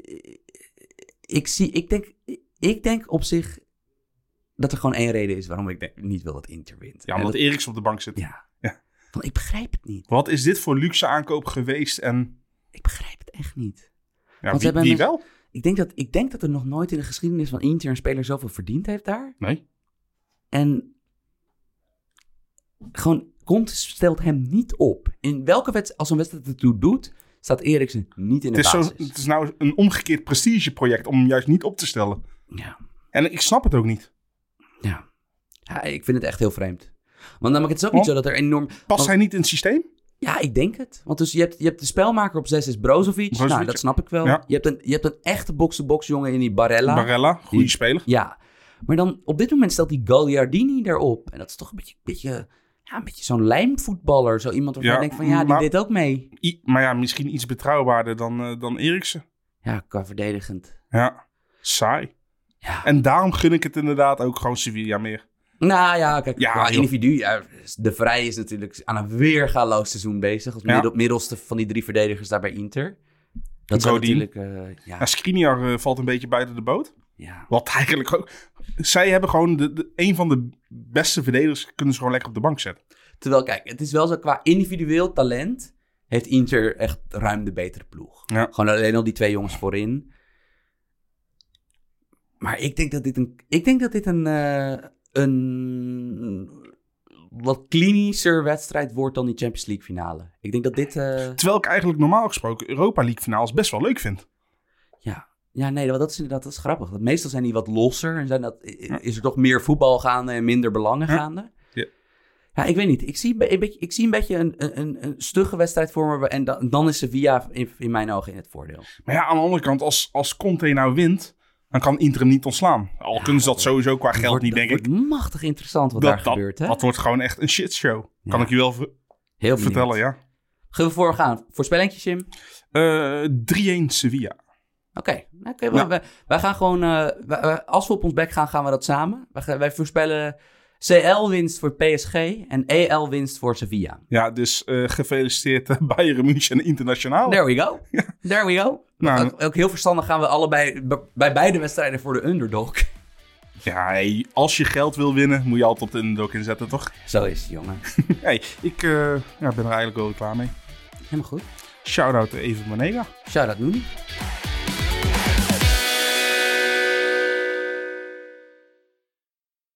Ik denk op zich dat er gewoon één reden is waarom ik niet wil dat Inter wint. Ja, omdat Eriksen op de bank zit. Ja. Want ik begrijp het niet. Wat is dit voor luxe aankoop geweest en... Ik begrijp het echt niet. Ja, wie wel? Ik denk dat er nog nooit in de geschiedenis van Inter een speler zoveel verdiend heeft daar. Nee. En gewoon, Conte stelt hem niet op. In welke wedstrijd, als een wedstrijd het toe doet, staat Eriksen niet in de basis. Het is nou een omgekeerd prestigeproject om hem juist niet op te stellen. Ja. En ik snap het ook niet. Ja, ik vind het echt heel vreemd. Want namelijk, het is ook niet zo dat er enorm... Past hij niet in het systeem? Ja, ik denk het. Want dus je hebt de spelmaker op 6 is Brozovic. Nou, dat snap ik wel. Ja. Je hebt een echte box-to-box jongen in die Barella. Goede speler. Ja. Maar dan op dit moment stelt die Gagliardini erop. En dat is toch een beetje zo'n lijmvoetballer. Zo iemand waarvan je denkt van, die deed ook mee. Maar ja, misschien iets betrouwbaarder dan Eriksen. Ja, qua verdedigend. Ja, saai. Ja. En daarom gun ik het inderdaad ook gewoon Sevilla meer. Nou ja, kijk, qua individu. Ja, de Vrij is natuurlijk aan een weergaloos seizoen bezig. Als middelste van die 3 verdedigers daar bij Inter. Dat is natuurlijk... Skriniar valt een beetje buiten de boot. Ja. Wat eigenlijk ook... Zij hebben gewoon een van de beste verdedigers kunnen ze gewoon lekker op de bank zetten. Terwijl, kijk, het is wel zo qua individueel talent heeft Inter echt ruim de betere ploeg. Ja. Gewoon alleen al die 2 jongens voorin. Maar ik denk dat dit een wat klinischer wedstrijd wordt dan die Champions League finale. Ik denk dat dit... Terwijl ik eigenlijk normaal gesproken Europa League finales best wel leuk vind. Ja, nee, dat is grappig. Dat meestal zijn die wat losser en is er toch meer voetbal gaande en minder belangen gaande. Ja, ik weet niet. Ik zie een beetje een stugge wedstrijd voor me. En dan is Sevilla in mijn ogen in het voordeel. Maar ja, aan de andere kant, als Conte nou wint, dan kan Inter hem niet ontslaan. Al kunnen ze dat sowieso qua geld niet, denk ik. Het wordt machtig interessant wat daar gebeurt. Hè? Dat wordt gewoon echt een shitshow. Kan ik je wel vertellen, ja. Gaan we voorgaan? Voorspellingje, Jim? 3-1 Sevilla. Oké. Wij gaan gewoon... als we op ons bek gaan we dat samen. Wij voorspellen... CL-winst voor PSG en EL-winst voor Sevilla. Ja, dus gefeliciteerd Bayern München Internationaal. There we go. There we go. Nou, ook heel verstandig gaan we allebei bij beide wedstrijden voor de underdog. Ja, hey, als je geld wil winnen, moet je altijd op de underdog inzetten, toch? Zo is het, jongen. Hey, ik ben er eigenlijk wel klaar mee. Helemaal goed. Shout-out Even Manega. Shout-out Noenie.